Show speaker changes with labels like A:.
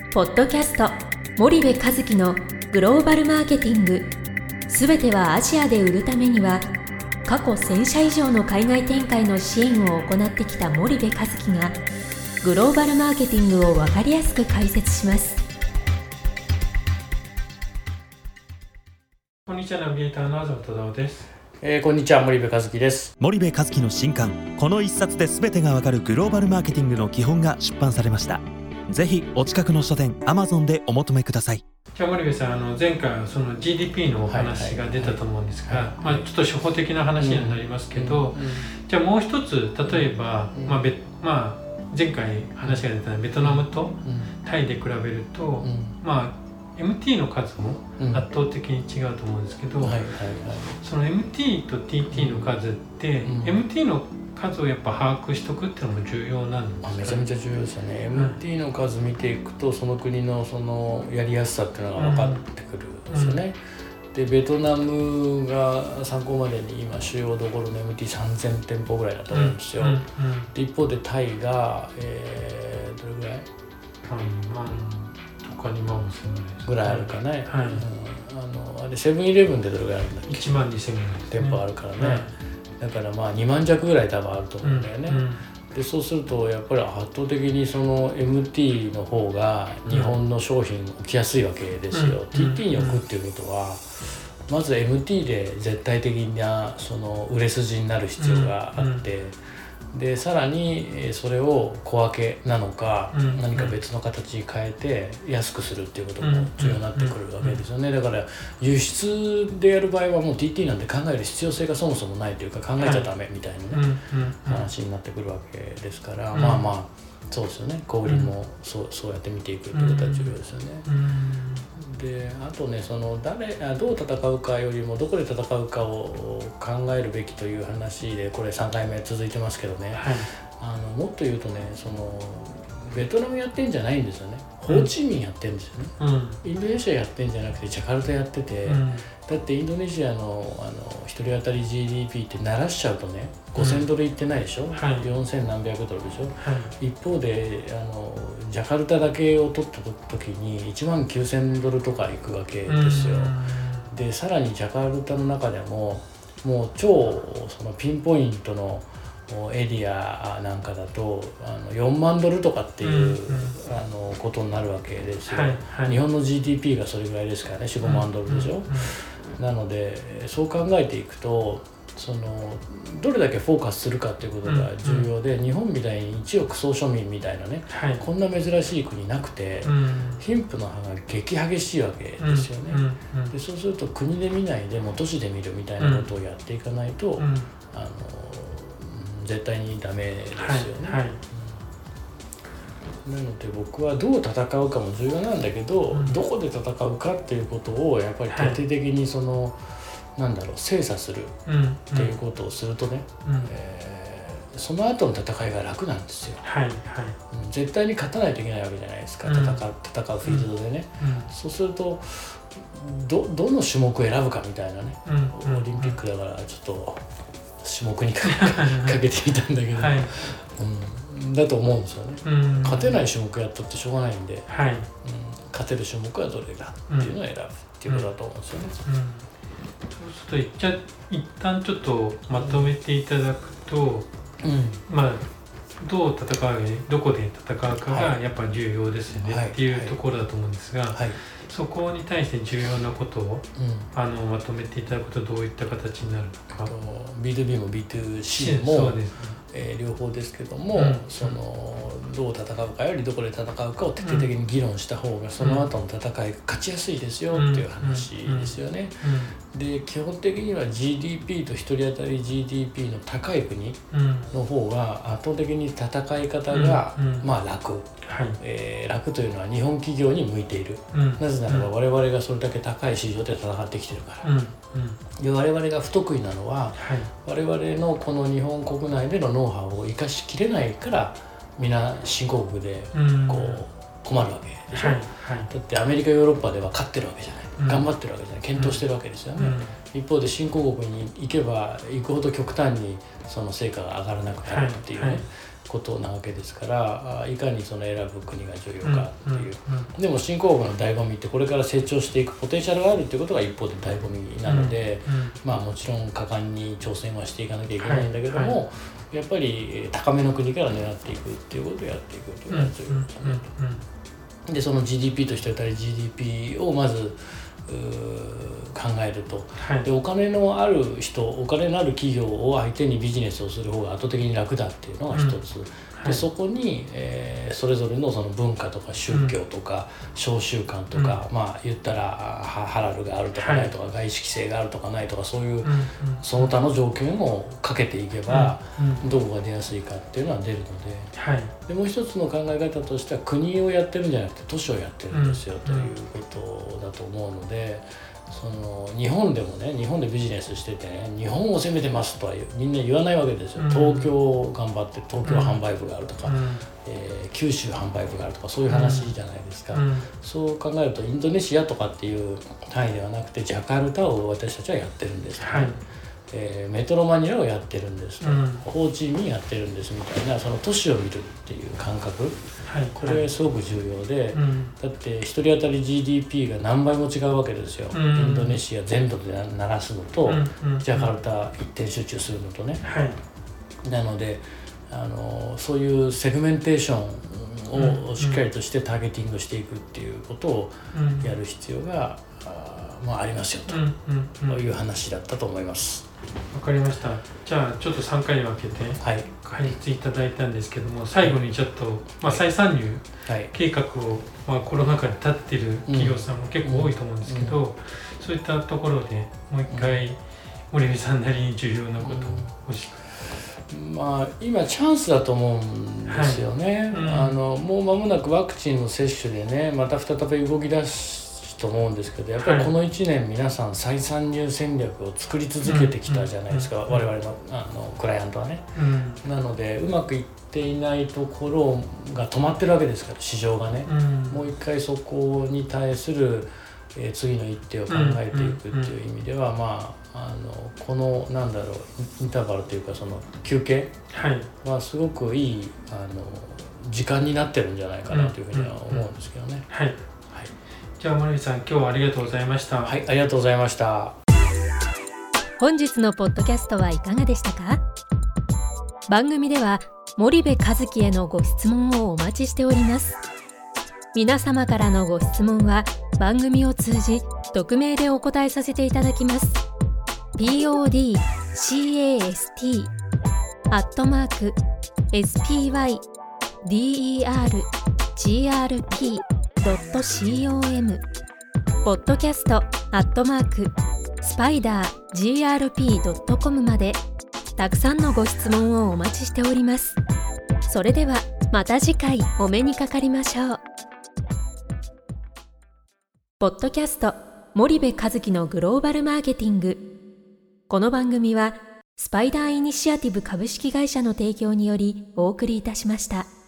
A: ポッドキャスト森部一樹のグローバルマーケティング、すべてはアジアで売るためには、過去1000社以上の海外展開の支援を行ってきた森部一樹がグローバルマーケティングを分かりやすく解説します。
B: こんにちは、ナビゲーターの東忠夫です。
C: こんにちは、森部一樹です。
D: 森部一樹の新刊、この一冊で全てがわかるグローバルマーケティングの基本が出版されました。ぜひお近くの書店 Amazon でお求めください。
B: じゃあ森部さん、前回はその GDP のお話が出たと思うんですが、ちょっと初歩的な話になりますけど、じゃあもう一つ、例えば、前回話が出たベトナムとタイで比べると、MT の数も圧倒的に違うと思うんですけど、その MT と TT の数って、MT の数をやっぱ把握しておくっていうのも重要なんですか？
C: めちゃめちゃ重要ですよね。MT の数見ていくと、その国のそのやりやすさっていうのが分かってくるんですよね。でベトナムが参考までに今主要どころの MT3000 店舗ぐらいだと思うんですよ。で一方でタイが、どれぐらい
B: ？3万とか2万5000
C: ぐらいあるかね。あれセブンイレブンでどれぐらいあるんだっけ
B: ？1万2000ぐらいですね。
C: 店舗あるからね。だから2万弱ぐらい多分あると思うんだよね。でそうするとやっぱり圧倒的にその MT の方が日本の商品置きやすいわけですよ。TT に置くっていうことは、まず MT で絶対的なその売れ筋になる必要があって、でさらにそれを小分けなのか何か別の形に変えて安くするっていうことも重要になってくるわけですよね。だから輸出でやる場合はもう TT なんて考える必要性がそもそもないというか、考えちゃダメみたいなね話になってくるわけですから、そうですよね。小売りもそうやって見ていくってことは重要ですよね。であとね、そのどう戦うかよりもどこで戦うかを考えるべきという話で、これ3回目続いてますけどね、もっと言うとね、そのベトナムやってんじゃないんですよね。ホーチミンやってんですよね。インドネシアやってんじゃなくてジャカルタやってて、だってインドネシアの1人当たり GDP って鳴らしちゃうとね、5000ドルいってないでしょ、4000何百ドルでしょ、一方でジャカルタだけを取った時に1万9000ドルとかいくわけですよ。でさらにジャカルタの中でももう超そのピンポイントのエリアなんかだと4万ドルとかっていうことになるわけですよ。日本の GDP がそれぐらいですからね、4、5万ドルでしょ。なのでそう考えていくと、そのどれだけフォーカスするかっていうことが重要で、日本みたいに一億総庶民みたいなね、こんな珍しい国なくて、貧富の差が激激しいわけですよね。でそうすると国で見ないでも都市で見るみたいなことをやっていかないと、絶対にダメですよね。なので僕はどう戦うかも重要なんだけど、どこで戦うかっていうことをやっぱり徹底的にその、精査するっていうことをするとね、その後の戦いが楽なんですよ。絶対に勝たないといけないわけじゃないですか、戦うフィールドでね。そうするとどの種目を選ぶかみたいなね、オリンピックだからちょっと種目にかけてみたんだけど、だと思うんですよね。勝てない種目やったってしょうがないんで、勝てる種目はどれかっていうのを選ぶっていうことだと思うんですよね。
B: そうすると一旦ちょっとまとめていただくと、どう戦う、どこで戦うかがやっぱり重要ですよねっていうところだと思うんですが、そこに対して重要なことをまとめていただくとどういった形になるのか。
C: B2B も B2C も両方ですけども、そのどう戦うかよりどこで戦うかを徹底的に議論した方が、その後の戦いが勝ちやすいですよっていう話ですよね。で基本的には GDP と1人当たり GDP の高い国の方が圧倒的に戦い方が楽、楽というのは日本企業に向いている。なぜならば我々がそれだけ高い市場で戦ってきてるから。で我々が不得意なのは、我々のこの日本国内でのノウハウを生かしきれないから、皆新興国で困るわけでしょ。だってアメリカヨーロッパでは勝ってるわけじゃない、頑張ってるわけじゃない、検討してるわけですよね。一方で新興国に行けば行くほど極端にその成果が上がらなくなるっていうね、 ことなわけですから、いかにその選ぶ国が重要かっていう、でも新興国の醍醐味ってこれから成長していくポテンシャルがあるっていうことが一方で醍醐味なので、もちろん果敢に挑戦はしていかなきゃいけないんだけども、やっぱり高めの国から狙っていくっていうことをやっていくっていうのが重要ですね。でその GDP としてはGDP をまず考えると、でお金のある人、お金のある企業を相手にビジネスをする方が圧倒的に楽だっていうのが一つ、でそこに、それぞれのその文化とか宗教とか商習慣とか、言ったらハラルがあるとかないとか、外資規制があるとかないとか、そういうその他の条件をかけていけば、どこが出やすいかっていうのは出るので、でもう一つの考え方としては国をやってるんじゃなくて都市をやってるんですよ、ということだと思うので、その日本でもね、日本でビジネスしててね、日本を攻めてますとはみんな言わないわけですよ。東京頑張って東京販売部があるとか、九州販売部があるとか、そういう話じゃないですか。そう考えるとインドネシアとかっていう単位ではなくてジャカルタを私たちはやってるんですと、メトロマニラをやってるんですと、ホーチミンやってるんですみたいな、その都市を見るっていう感覚、これすごく重要で、だって1人当たり GDP が何倍も違うわけですよ。インドネシア全土で鳴らすのと、ジャカルタ一点集中するのとね、なのでそういうセグメンテーションをしっかりとしてターゲティングしていくっていうことをやる必要がありますよという話だったと思います。
B: わかりました。じゃあちょっと3回に分けて解説いただいたんですけども、最後にちょっと、再参入計画を、コロナ禍で立っている企業さんも結構多いと思うんですけど、そういったところでもう一回森部さんなりに重要なことを教えて。
C: 今チャンスだと思うんですよね。もう間もなくワクチンの接種でね、また再び動き出すと思うんですけど、やっぱりこの1年皆さん再参入戦略を作り続けてきたじゃないですか、我々のクライアントはね。なのでうまくいっていないところが止まってるわけですから、市場がね、もう一回そこに対する次の一手を考えていくっていう意味では、このインターバルというか、その休憩はすごくいい時間になってるんじゃないかなというふうには思うんですけどね。
B: じゃあ森部さん、今日はありがとうございました。
C: ありがとうございました。
A: 本日のポッドキャストはいかがでしたか？番組では森部一樹へのご質問をお待ちしております。皆様からのご質問は番組を通じ匿名でお答えさせていただきます。podcast@spydergrp.com podcast@spidergrp.com までたくさんのご質問をお待ちしております。それではまた次回お目にかかりましょう。ポッドキャスト森部一樹のグローバルマーケティング。この番組はスパイダーイニシアティブ株式会社の提供によりお送りいたしました。